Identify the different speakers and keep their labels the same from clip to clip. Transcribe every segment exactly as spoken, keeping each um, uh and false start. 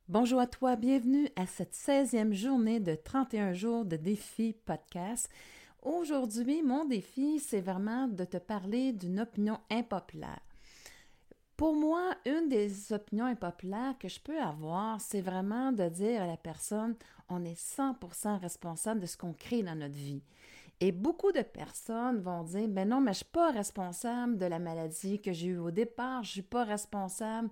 Speaker 1: Bonjour à toi, bienvenue à cette seizième journée de trente et un jours de défi podcast. Aujourd'hui, mon défi, c'est vraiment de te parler d'une opinion impopulaire. Pour moi, une des opinions impopulaires que je peux avoir, c'est vraiment de dire à la personne, on est cent pour cent responsable de ce qu'on crée dans notre vie. Et beaucoup de personnes vont dire, ben non, mais je ne suis pas responsable de la maladie que j'ai eue au départ, je ne suis pas responsable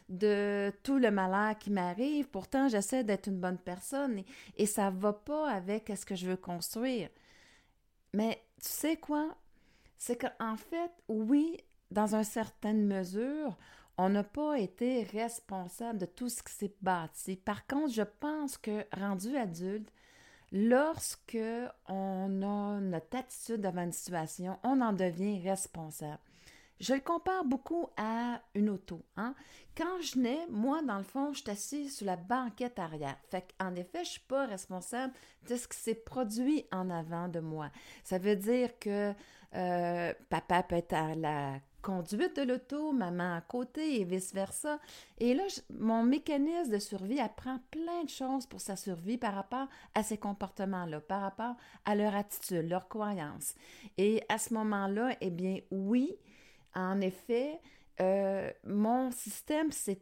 Speaker 1: de tout le malheur qui m'arrive, pourtant j'essaie d'être une bonne personne et, et ça ne va pas avec ce que je veux construire. Mais tu sais quoi? C'est qu'en fait, oui, dans une certaine mesure, on n'a pas été responsable de tout ce qui s'est bâti. Par contre, je pense que rendu adulte, lorsque on a notre attitude devant une situation, on en devient responsable. Je le compare beaucoup à une auto. Hein? Quand je nais, moi, dans le fond, je suis assise sur la banquette arrière. Fait qu'en effet, je ne suis pas responsable de ce qui s'est produit en avant de moi. Ça veut dire que euh, papa peut être à la conduite de l'auto, maman à côté et vice-versa. Et là, je, mon mécanisme de survie apprend plein de choses pour sa survie par rapport à ces comportements-là, par rapport à leur attitude, leurs croyances. Et à ce moment-là, eh bien, oui, en effet, euh, mon système s'est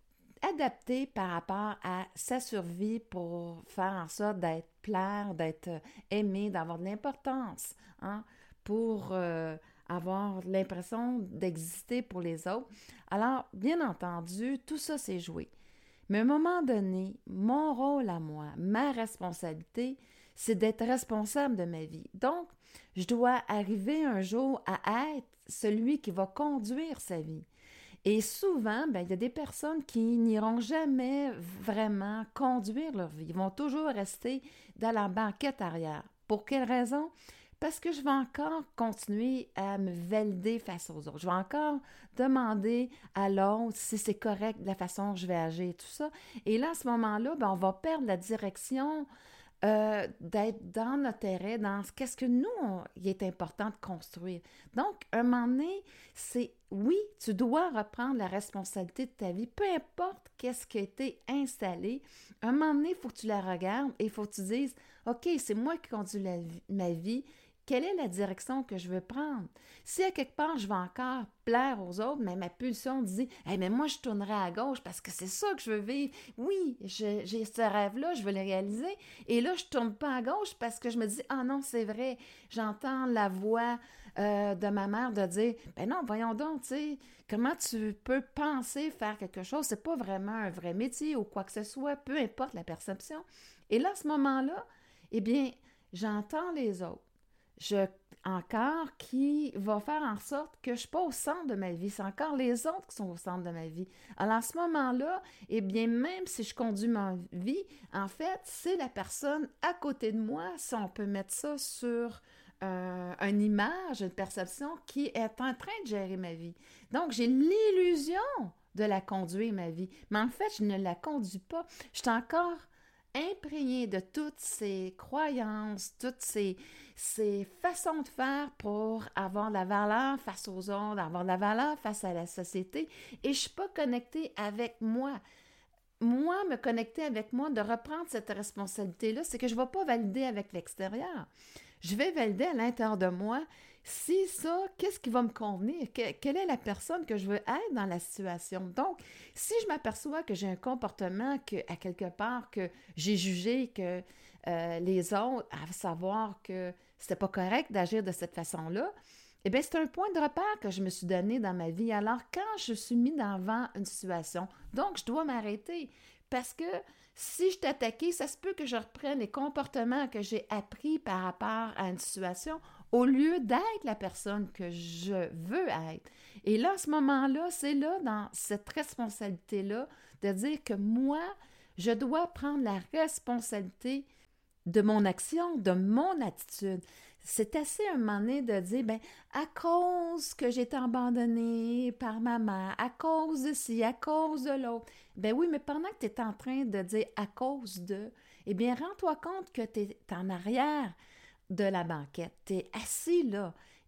Speaker 1: adapté par rapport à sa survie pour faire en sorte d'être plaire, d'être aimé, d'avoir de l'importance, hein, pour euh, avoir l'impression d'exister pour les autres. Alors, bien entendu, tout ça s'est joué. Mais à un moment donné, mon rôle à moi, ma responsabilité, c'est d'être responsable de ma vie. Donc, je dois arriver un jour à être celui qui va conduire sa vie. Et souvent, ben, il y a des personnes qui n'iront jamais vraiment conduire leur vie. Ils vont toujours rester dans la banquette arrière. Pour quelle raison? Parce que je vais encore continuer à me valider face aux autres. Je vais encore demander à l'autre si c'est correct de la façon dont je vais agir et tout ça. Et là, à ce moment-là, ben, on va perdre la direction euh, d'être dans notre terrain, dans ce qu'est-ce que nous, on, il est important de construire. Donc, un moment donné, c'est oui, tu dois reprendre la responsabilité de ta vie, peu importe qu'est-ce qui a été installé. Un moment donné, il faut que tu la regardes et il faut que tu dises, OK, c'est moi qui conduis la vie, ma vie. Quelle est la direction que je veux prendre? Si à quelque part, je vais encore plaire aux autres, mais ma pulsion dit hey, mais moi, je tournerai à gauche parce que c'est ça que je veux vivre. Oui, je, j'ai ce rêve-là, je veux le réaliser. Et là, je ne tourne pas à gauche parce que je me dis ah non, c'est vrai, j'entends la voix euh, de ma mère de dire ben non, voyons donc, tu sais, comment tu peux penser faire quelque chose? C'est pas vraiment un vrai métier ou quoi que ce soit, peu importe la perception. Et là, à ce moment-là, eh bien, j'entends les autres. Je, encore qui va faire en sorte que je ne suis pas au centre de ma vie. C'est encore les autres qui sont au centre de ma vie. Alors, à ce moment-là, eh bien, même si je conduis ma vie, en fait, c'est la personne à côté de moi, si on peut mettre ça sur euh, une image, une perception qui est en train de gérer ma vie. Donc, j'ai l'illusion de la conduire, ma vie. Mais en fait, je ne la conduis pas. Je suis encore imprégné de toutes ces croyances, toutes ces, ces façons de faire pour avoir de la valeur face aux autres, avoir de la valeur face à la société. Et je ne suis pas connectée avec moi. Moi, me connecter avec moi, de reprendre cette responsabilité-là, c'est que je ne vais pas valider avec l'extérieur. Je vais valider à l'intérieur de moi si ça, qu'est-ce qui va me convenir? Que, quelle est la personne que je veux être dans la situation? Donc, si je m'aperçois que j'ai un comportement que, à quelque part, que j'ai jugé que euh, les autres, à savoir que c'était pas correct d'agir de cette façon-là, eh bien, c'est un point de repère que je me suis donné dans ma vie. Alors, quand je suis mis devant une situation, donc je dois m'arrêter parce que si je t'attaquais, ça se peut que je reprenne les comportements que j'ai appris par rapport à une situation au lieu d'être la personne que je veux être. Et là, à ce moment-là, c'est là, dans cette responsabilité-là, de dire que moi, je dois prendre la responsabilité de mon action, de mon attitude. C'est assez un moment donné de dire, ben à cause que j'ai été abandonnée par ma mère, à cause de ci, à cause de l'autre. Ben oui, mais pendant que tu es en train de dire à cause de, eh bien, rends-toi compte que tu es en arrière de la banquette. Tu es assis là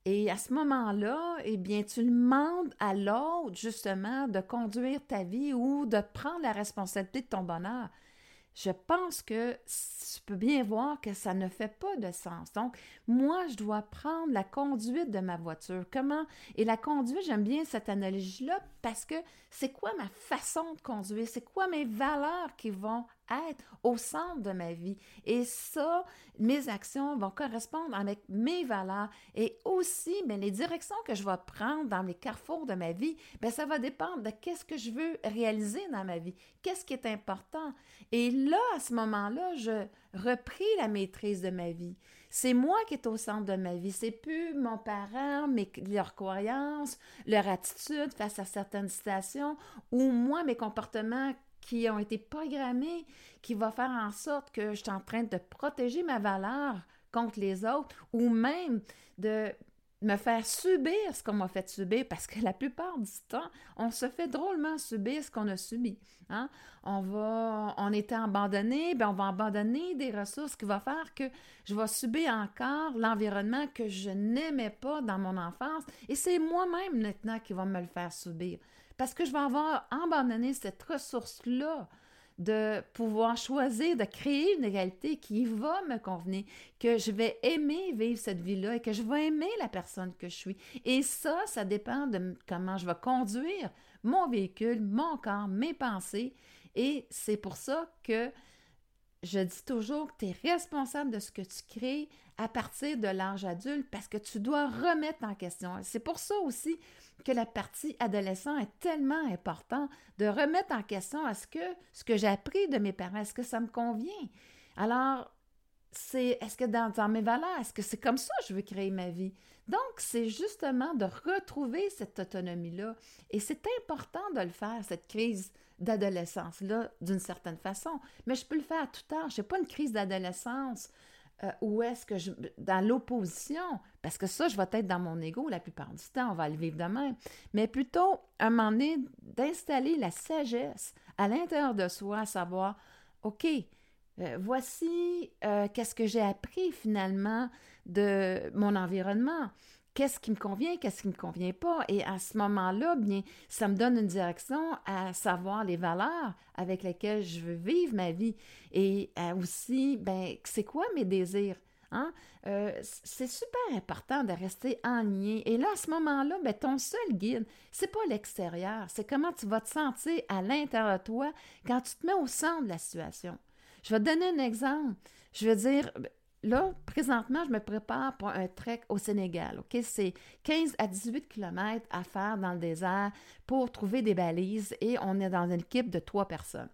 Speaker 1: Et à ce moment-là, eh bien, tu demandes à l'autre, justement, de conduire ta vie ou de prendre la responsabilité de ton bonheur. Je pense que tu peux bien voir que ça ne fait pas de sens. Donc, moi, je dois prendre la conduite de ma voiture. Comment? Et la conduite, j'aime bien cette analogie-là parce que c'est quoi ma façon de conduire? C'est quoi mes valeurs qui vont être au centre de ma vie? Et ça, mes actions vont correspondre avec mes valeurs. Et aussi, bien, les directions que je vais prendre dans les carrefours de ma vie, bien, ça va dépendre de qu'est-ce que je veux réaliser dans ma vie. Qu'est-ce qui est important? Et là, à ce moment-là, je repris la maîtrise de ma vie. C'est moi qui est au centre de ma vie. C'est plus mon parent, mes, leurs croyances, leur attitude face à certaines situations ou moi, mes comportements qui ont été programmés, qui va faire en sorte que je suis en train de protéger ma valeur contre les autres ou même de me faire subir ce qu'on m'a fait subir, parce que la plupart du temps, on se fait drôlement subir ce qu'on a subi. Hein? On va, on était abandonné, bien on va abandonner des ressources qui vont faire que je vais subir encore l'environnement que je n'aimais pas dans mon enfance, et c'est moi-même maintenant qui va me le faire subir, parce que je vais avoir abandonné cette ressource-là de pouvoir choisir de créer une réalité qui va me convenir, que je vais aimer vivre cette vie-là et que je vais aimer la personne que je suis. Et ça, ça dépend de comment je vais conduire mon véhicule, mon corps, mes pensées. Et c'est pour ça que je dis toujours que tu es responsable de ce que tu crées à partir de l'âge adulte parce que tu dois remettre en question. C'est pour ça aussi que la partie adolescent est tellement importante de remettre en question est-ce que ce que j'ai appris de mes parents, est-ce que ça me convient? Alors, c'est est-ce que dans, dans mes valeurs, est-ce que c'est comme ça que je veux créer ma vie? Donc, c'est justement de retrouver cette autonomie-là. Et c'est important de le faire, cette crise d'adolescence-là, d'une certaine façon. Mais je peux le faire à tout âge. Je n'ai pas une crise d'adolescence euh, où est-ce que je... dans l'opposition, parce que ça, je vais être dans mon ego la plupart du temps, on va le vivre de même. Mais plutôt, à un moment donné, d'installer la sagesse à l'intérieur de soi, à savoir, OK, euh, voici euh, qu'est-ce que j'ai appris finalement de mon environnement. Qu'est-ce qui me convient, qu'est-ce qui ne me convient pas. Et à ce moment-là, bien, ça me donne une direction à savoir les valeurs avec lesquelles je veux vivre ma vie. Et euh, aussi, bien, c'est quoi mes désirs? Hein? Euh, c'est super important de rester aligné. Et là, à ce moment-là, bien, ton seul guide, c'est pas l'extérieur, c'est comment tu vas te sentir à l'intérieur de toi quand tu te mets au centre de la situation. Je vais te donner un exemple. Je veux dire... Là, présentement, je me prépare pour un trek au Sénégal. OK? C'est quinze à dix-huit kilomètres à faire dans le désert pour trouver des balises et on est dans une équipe de trois personnes.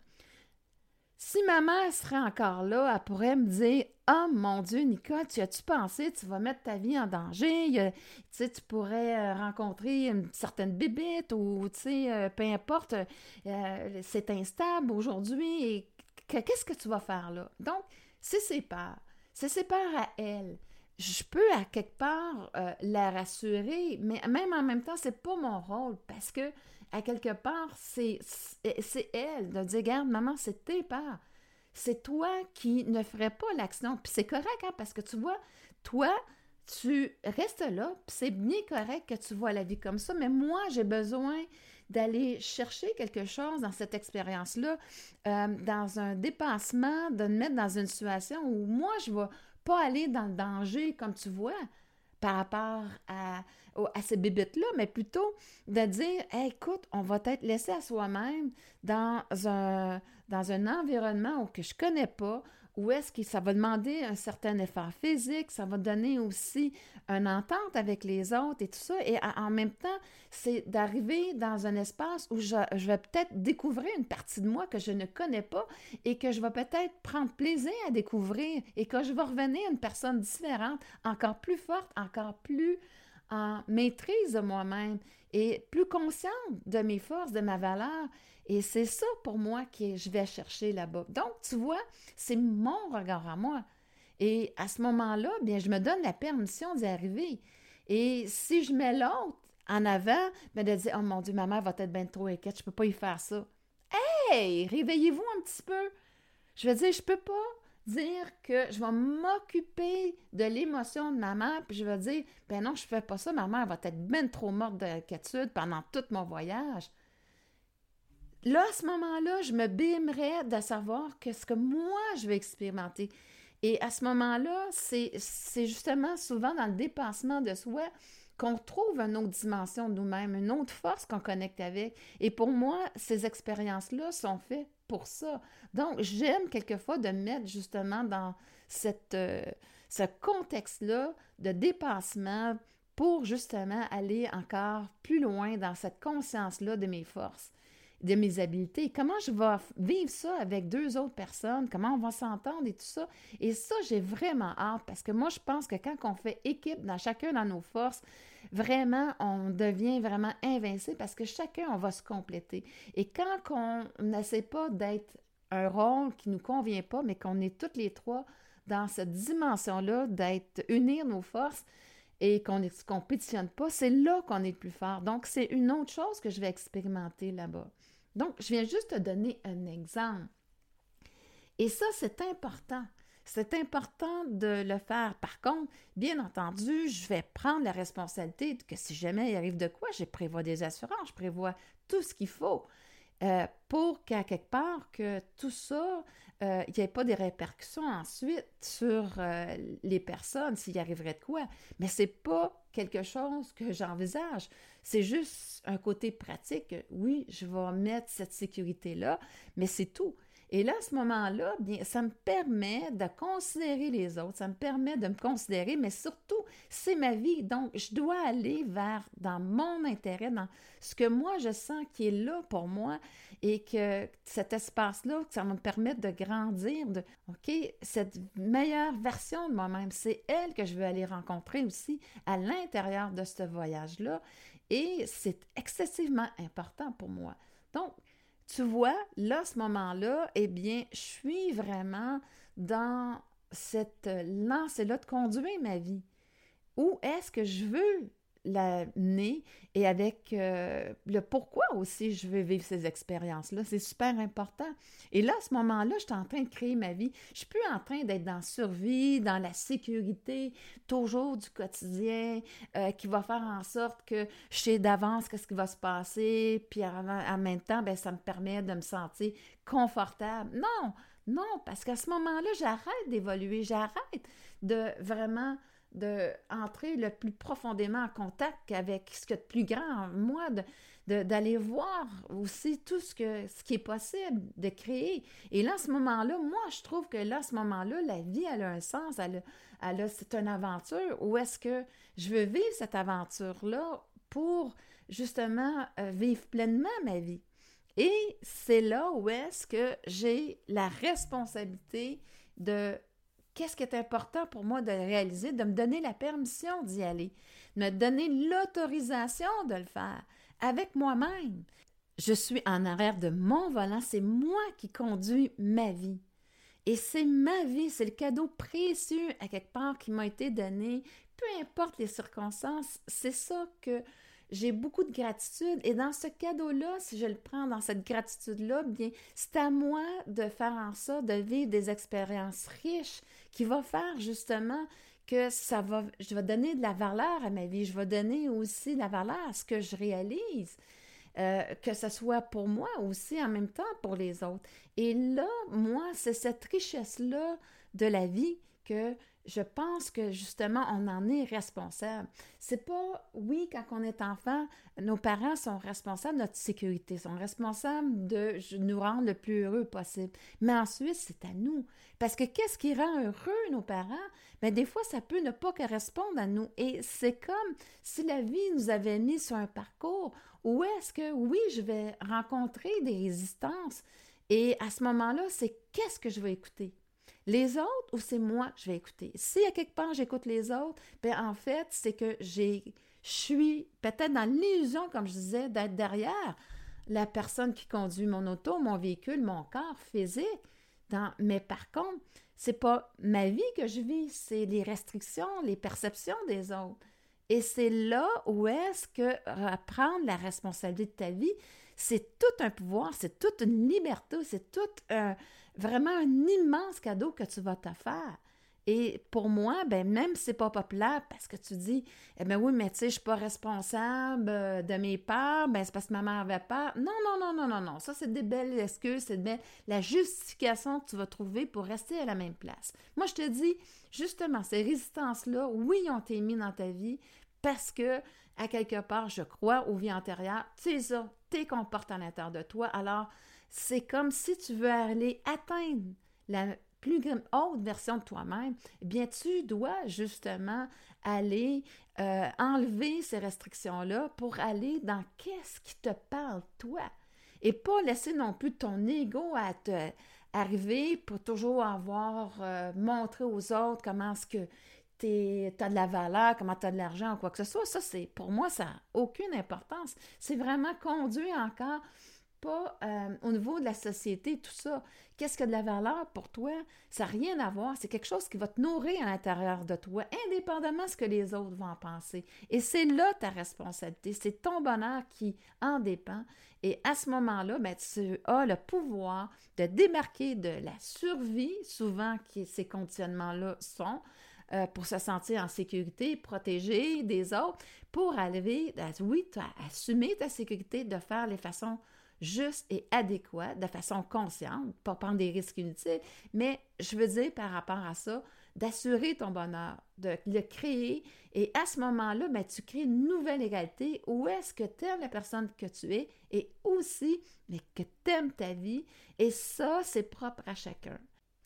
Speaker 1: Si ma mère serait encore là, elle pourrait me dire « Ah, oh, mon Dieu, Nicole, tu as-tu pensé, tu vas mettre ta vie en danger? Tu sais, tu pourrais rencontrer une certaine bébite ou, tu sais, euh, peu importe, euh, c'est instable aujourd'hui et qu'est-ce que tu vas faire là? » Donc, c'est ses peurs. C'est ses peurs à elle. Je peux, à quelque part, euh, la rassurer, mais même en même temps, c'est pas mon rôle parce que, à quelque part, c'est, c'est, c'est elle de dire, regarde, maman, c'est tes peurs. C'est toi qui ne ferais pas l'action. Puis c'est correct, hein, parce que tu vois, toi, tu restes là, puis c'est bien correct que tu vois la vie comme ça, mais moi, j'ai besoin d'aller chercher quelque chose dans cette expérience-là, euh, dans un dépassement, de me mettre dans une situation où moi, je ne vais pas aller dans le danger, comme tu vois, par rapport à, à ces bébites-là, mais plutôt de dire, hey, écoute, on va être laissé à soi-même dans un, dans un environnement que je ne connais pas, où est-ce que ça va demander un certain effort physique, ça va donner aussi une entente avec les autres et tout ça. Et en même temps, c'est d'arriver dans un espace où je, je vais peut-être découvrir une partie de moi que je ne connais pas et que je vais peut-être prendre plaisir à découvrir et que je vais revenir une personne différente, encore plus forte, encore plus en maîtrise de moi-même et plus consciente de mes forces, de ma valeur. Et c'est ça, pour moi, que je vais chercher là-bas. Donc, tu vois, c'est mon regard à moi. Et à ce moment-là, bien, je me donne la permission d'y arriver. Et si je mets l'autre en avant, bien, de dire « Oh mon Dieu, ma mère va être bien trop inquiète, je ne peux pas y faire ça. » Hey, réveillez-vous un petit peu. Je veux dire, je ne peux pas dire que je vais m'occuper de l'émotion de ma mère, puis je vais dire, ben non, je fais pas ça, ma mère va être ben trop morte d'inquiétude pendant tout mon voyage. Là, à ce moment-là, je me bimerais de savoir que ce que moi, je vais expérimenter. Et à ce moment-là, c'est, c'est justement souvent dans le dépassement de soi qu'on trouve une autre dimension de nous-mêmes, une autre force qu'on connecte avec. Et pour moi, ces expériences-là sont faites pour ça. Donc, j'aime quelquefois de me mettre justement dans cette, euh, ce contexte-là de dépassement pour justement aller encore plus loin dans cette conscience-là de mes forces, de mes habiletés. Comment je vais vivre ça avec deux autres personnes, comment on va s'entendre et tout ça. Et ça, j'ai vraiment hâte parce que moi, je pense que quand on fait équipe dans chacun dans nos forces, vraiment, on devient vraiment invincible parce que chacun, on va se compléter. Et quand on n'essaie pas d'être un rôle qui ne nous convient pas, mais qu'on est toutes les trois dans cette dimension-là, d'être unir nos forces, et qu'on ne se compétitionne pas, c'est là qu'on est le plus fort. Donc, c'est une autre chose que je vais expérimenter là-bas. Donc, je viens juste te donner un exemple. Et ça, c'est important. C'est important de le faire. Par contre, bien entendu, je vais prendre la responsabilité que si jamais il arrive de quoi, je prévois des assurances, je prévois tout ce qu'il faut euh, pour qu'à quelque part, que tout ça, euh, il n'y ait pas des répercussions ensuite sur euh, les personnes s'il y arriverait de quoi. Mais ce n'est pas quelque chose que j'envisage. C'est juste un côté pratique. Oui, je vais mettre cette sécurité-là, mais c'est tout. Et là, à ce moment-là, bien, ça me permet de considérer les autres, ça me permet de me considérer, mais surtout, c'est ma vie. Donc, je dois aller vers, dans mon intérêt, dans ce que moi, je sens qui est là pour moi et que cet espace-là, que ça va me permettre de grandir, de, OK, cette meilleure version de moi-même, c'est elle que je veux aller rencontrer aussi à l'intérieur de ce voyage-là. Et c'est excessivement important pour moi. Donc, tu vois, là, à ce moment-là, eh bien, je suis vraiment dans cette lancée-là de conduire ma vie. Où est-ce que je veux l'amener et avec euh, le pourquoi aussi je veux vivre ces expériences-là. C'est super important. Et là, à ce moment-là, je suis en train de créer ma vie. Je ne suis plus en train d'être dans la survie, dans la sécurité, toujours du quotidien, euh, qui va faire en sorte que je sais d'avance qu'est-ce qui va se passer, puis en, en même temps, bien, ça me permet de me sentir confortable. Non, non, parce qu'à ce moment-là, j'arrête d'évoluer, j'arrête de vraiment d'entrer le plus profondément en contact avec ce qu'il y a de plus grand en moi, de, de, d'aller voir aussi tout ce, que, ce qui est possible de créer. Et là, à ce moment-là, moi, je trouve que là, à ce moment-là, la vie, elle a un sens, elle a, elle a, c'est une aventure. Où est-ce que je veux vivre cette aventure-là pour, justement, euh, vivre pleinement ma vie? Et c'est là où est-ce que j'ai la responsabilité de qu'est-ce qui est important pour moi de réaliser, de me donner la permission d'y aller, de me donner l'autorisation de le faire avec moi-même. Je suis en arrière de mon volant, c'est moi qui conduis ma vie. Et c'est ma vie, c'est le cadeau précieux à quelque part qui m'a été donné, peu importe les circonstances, c'est ça que j'ai beaucoup de gratitude. Et dans ce cadeau-là, si je le prends dans cette gratitude-là, bien, c'est à moi de faire en sorte de vivre des expériences riches qui vont faire justement que ça va, je vais donner de la valeur à ma vie. Je vais donner aussi de la valeur à ce que je réalise. Euh, que ce soit pour moi aussi, en même temps pour les autres. Et là, moi, c'est cette richesse-là de la vie que je pense que, justement, on en est responsable. C'est pas, oui, quand on est enfant, nos parents sont responsables de notre sécurité, sont responsables de nous rendre le plus heureux possible. Mais ensuite, c'est à nous. Parce que qu'est-ce qui rend heureux nos parents? Bien, des fois, ça peut ne pas correspondre à nous. Et c'est comme si la vie nous avait mis sur un parcours où est-ce que, oui, je vais rencontrer des résistances. Et à ce moment-là, c'est qu'est-ce que je vais écouter? Les autres ou c'est moi que je vais écouter? Si à quelque part j'écoute les autres, bien en fait, c'est que j'ai, je suis peut-être dans l'illusion, comme je disais, d'être derrière la personne qui conduit mon auto, mon véhicule, mon corps physique. Dans, mais par contre, c'est pas ma vie que je vis, c'est les restrictions, les perceptions des autres. Et c'est là où est-ce que prendre la responsabilité de ta vie, c'est tout un pouvoir, c'est toute une liberté, c'est tout euh, vraiment un immense cadeau que tu vas te faire. Et pour moi, ben même si c'est pas populaire, parce que tu dis, eh bien oui, mais tu sais, je suis pas responsable euh, de mes peurs, ben c'est parce que ma mère avait peur. Non, non, non, non, non, non. Ça, c'est des belles excuses, c'est de belles... la justification que tu vas trouver pour rester à la même place. Moi, je te dis, justement, ces résistances-là, oui, ont été mises dans ta vie parce que, à quelque part, je crois aux vies antérieures, tu sais ça, t'es comporte à l'intérieur de toi. Alors, c'est comme si tu veux aller atteindre la plus haute version de toi-même, eh bien, tu dois justement aller euh, enlever ces restrictions-là pour aller dans qu'est-ce qui te parle, toi. Et pas laisser non plus ton ego à te arriver pour toujours avoir euh, montré aux autres comment est-ce que tu as de la valeur, comment tu as de l'argent ou quoi que ce soit. Ça, c'est pour moi, ça n'a aucune importance. C'est vraiment conduit encore pas euh, au niveau de la société, tout ça. Qu'est-ce qui a de la valeur pour toi? Ça n'a rien à voir. C'est quelque chose qui va te nourrir à l'intérieur de toi, indépendamment de ce que les autres vont en penser. Et c'est là ta responsabilité. C'est ton bonheur qui en dépend. Et à ce moment-là, ben, tu as le pouvoir de démarquer de la survie, souvent qui ces conditionnements-là sont, euh, pour se sentir en sécurité, protégé des autres, pour arriver, à, oui, à assumer ta sécurité, de faire les façons juste et adéquat, de façon consciente, pas prendre des risques inutiles, mais je veux dire par rapport à ça, d'assurer ton bonheur, de le créer, et à ce moment-là, ben, tu crées une nouvelle égalité où est-ce que tu aimes la personne que tu es et aussi mais que tu aimes ta vie, et ça, c'est propre à chacun.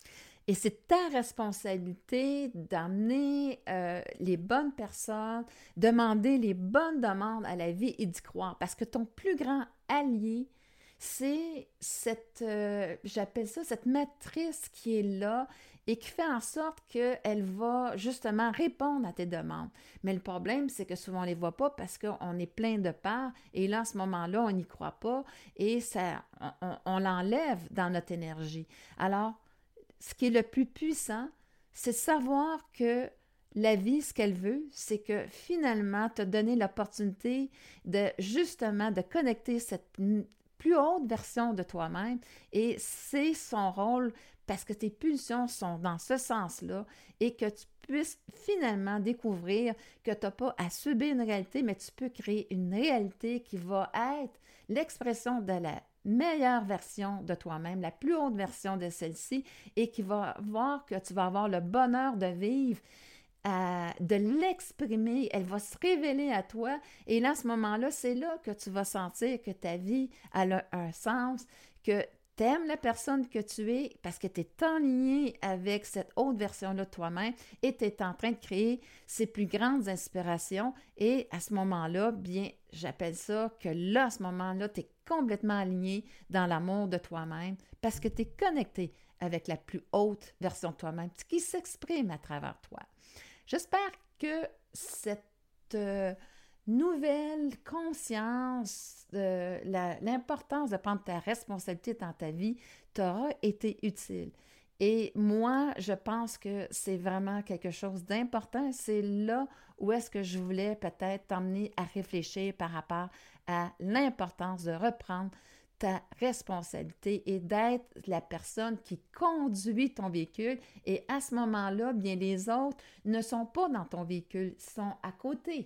Speaker 1: Et c'est ta responsabilité d'amener euh, les bonnes personnes, demander les bonnes demandes à la vie et d'y croire, parce que ton plus grand allié, c'est cette, euh, j'appelle ça, cette matrice qui est là et qui fait en sorte qu'elle va justement répondre à tes demandes. Mais le problème, c'est que souvent on ne les voit pas parce qu'on est plein de peur et là, à ce moment-là, on n'y croit pas et ça, on, on, on l'enlève dans notre énergie. Alors, ce qui est le plus puissant, c'est savoir que la vie, ce qu'elle veut, c'est que finalement, te donner l'opportunité de justement de connecter cette plus haute version de toi-même et c'est son rôle parce que tes pulsions sont dans ce sens-là et que tu puisses finalement découvrir que tu n'as pas à subir une réalité, mais tu peux créer une réalité qui va être l'expression de la meilleure version de toi-même, la plus haute version de celle-ci et qui va voir que tu vas avoir le bonheur de vivre, euh, de l'exprimer, elle va se révéler à toi et là, à ce moment-là, c'est là que tu vas sentir que ta vie elle a un sens, que tu aimes la personne que tu es parce que tu es en lien avec cette haute version-là de toi-même et tu es en train de créer ces plus grandes inspirations et à ce moment-là, bien, j'appelle ça que là, à ce moment-là, tu es complètement aligné dans l'amour de toi-même parce que tu es connecté avec la plus haute version de toi-même qui s'exprime à travers toi. J'espère que cette euh, nouvelle conscience de la, l'importance de prendre ta responsabilité dans ta vie t'aura été utile. Et moi, je pense que c'est vraiment quelque chose d'important. C'est là où est-ce que je voulais peut-être t'emmener à réfléchir par rapport à l'importance de reprendre ta responsabilité et d'être la personne qui conduit ton véhicule. Et à ce moment-là, bien, les autres ne sont pas dans ton véhicule, ils sont à côté.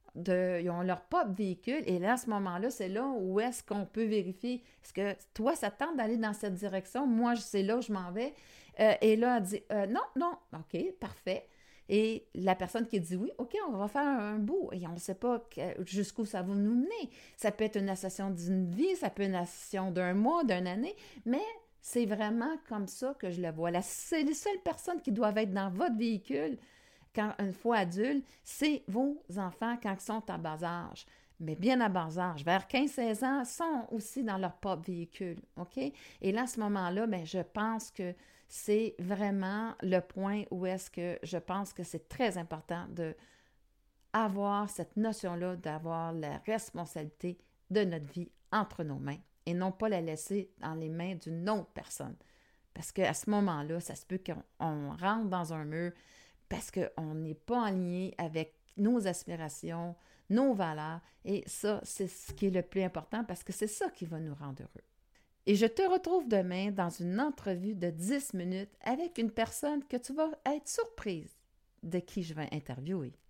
Speaker 1: De, ils ont leur propre véhicule et là, à ce moment-là, c'est là où est-ce qu'on peut vérifier. Est-ce que toi, ça tente d'aller dans cette direction? Moi, c'est là où je m'en vais. Euh, et là, elle dit euh, non, non, OK, parfait. Et la personne qui dit oui, OK, on va faire un bout. Et on ne sait pas que, jusqu'où ça va nous mener. Ça peut être une association d'une vie, ça peut être une association d'un mois, d'une année, mais c'est vraiment comme ça que je le vois. Là, c'est les seules personnes qui doivent être dans votre véhicule quand une fois adulte, c'est vos enfants quand ils sont à bas âge. Mais bien à bas âge, vers quinze seize ans, sont aussi dans leur propre véhicule, OK? Et là, à ce moment-là, bien, je pense que c'est vraiment le point où est-ce que je pense que c'est très important d'avoir cette notion-là, d'avoir la responsabilité de notre vie entre nos mains et non pas la laisser dans les mains d'une autre personne. Parce qu'à ce moment-là, ça se peut qu'on rentre dans un mur parce qu'on n'est pas aligné avec nos aspirations, nos valeurs. Et ça, c'est ce qui est le plus important parce que c'est ça qui va nous rendre heureux. Et je te retrouve demain dans une entrevue de dix minutes avec une personne que tu vas être surprise de qui je vais interviewer.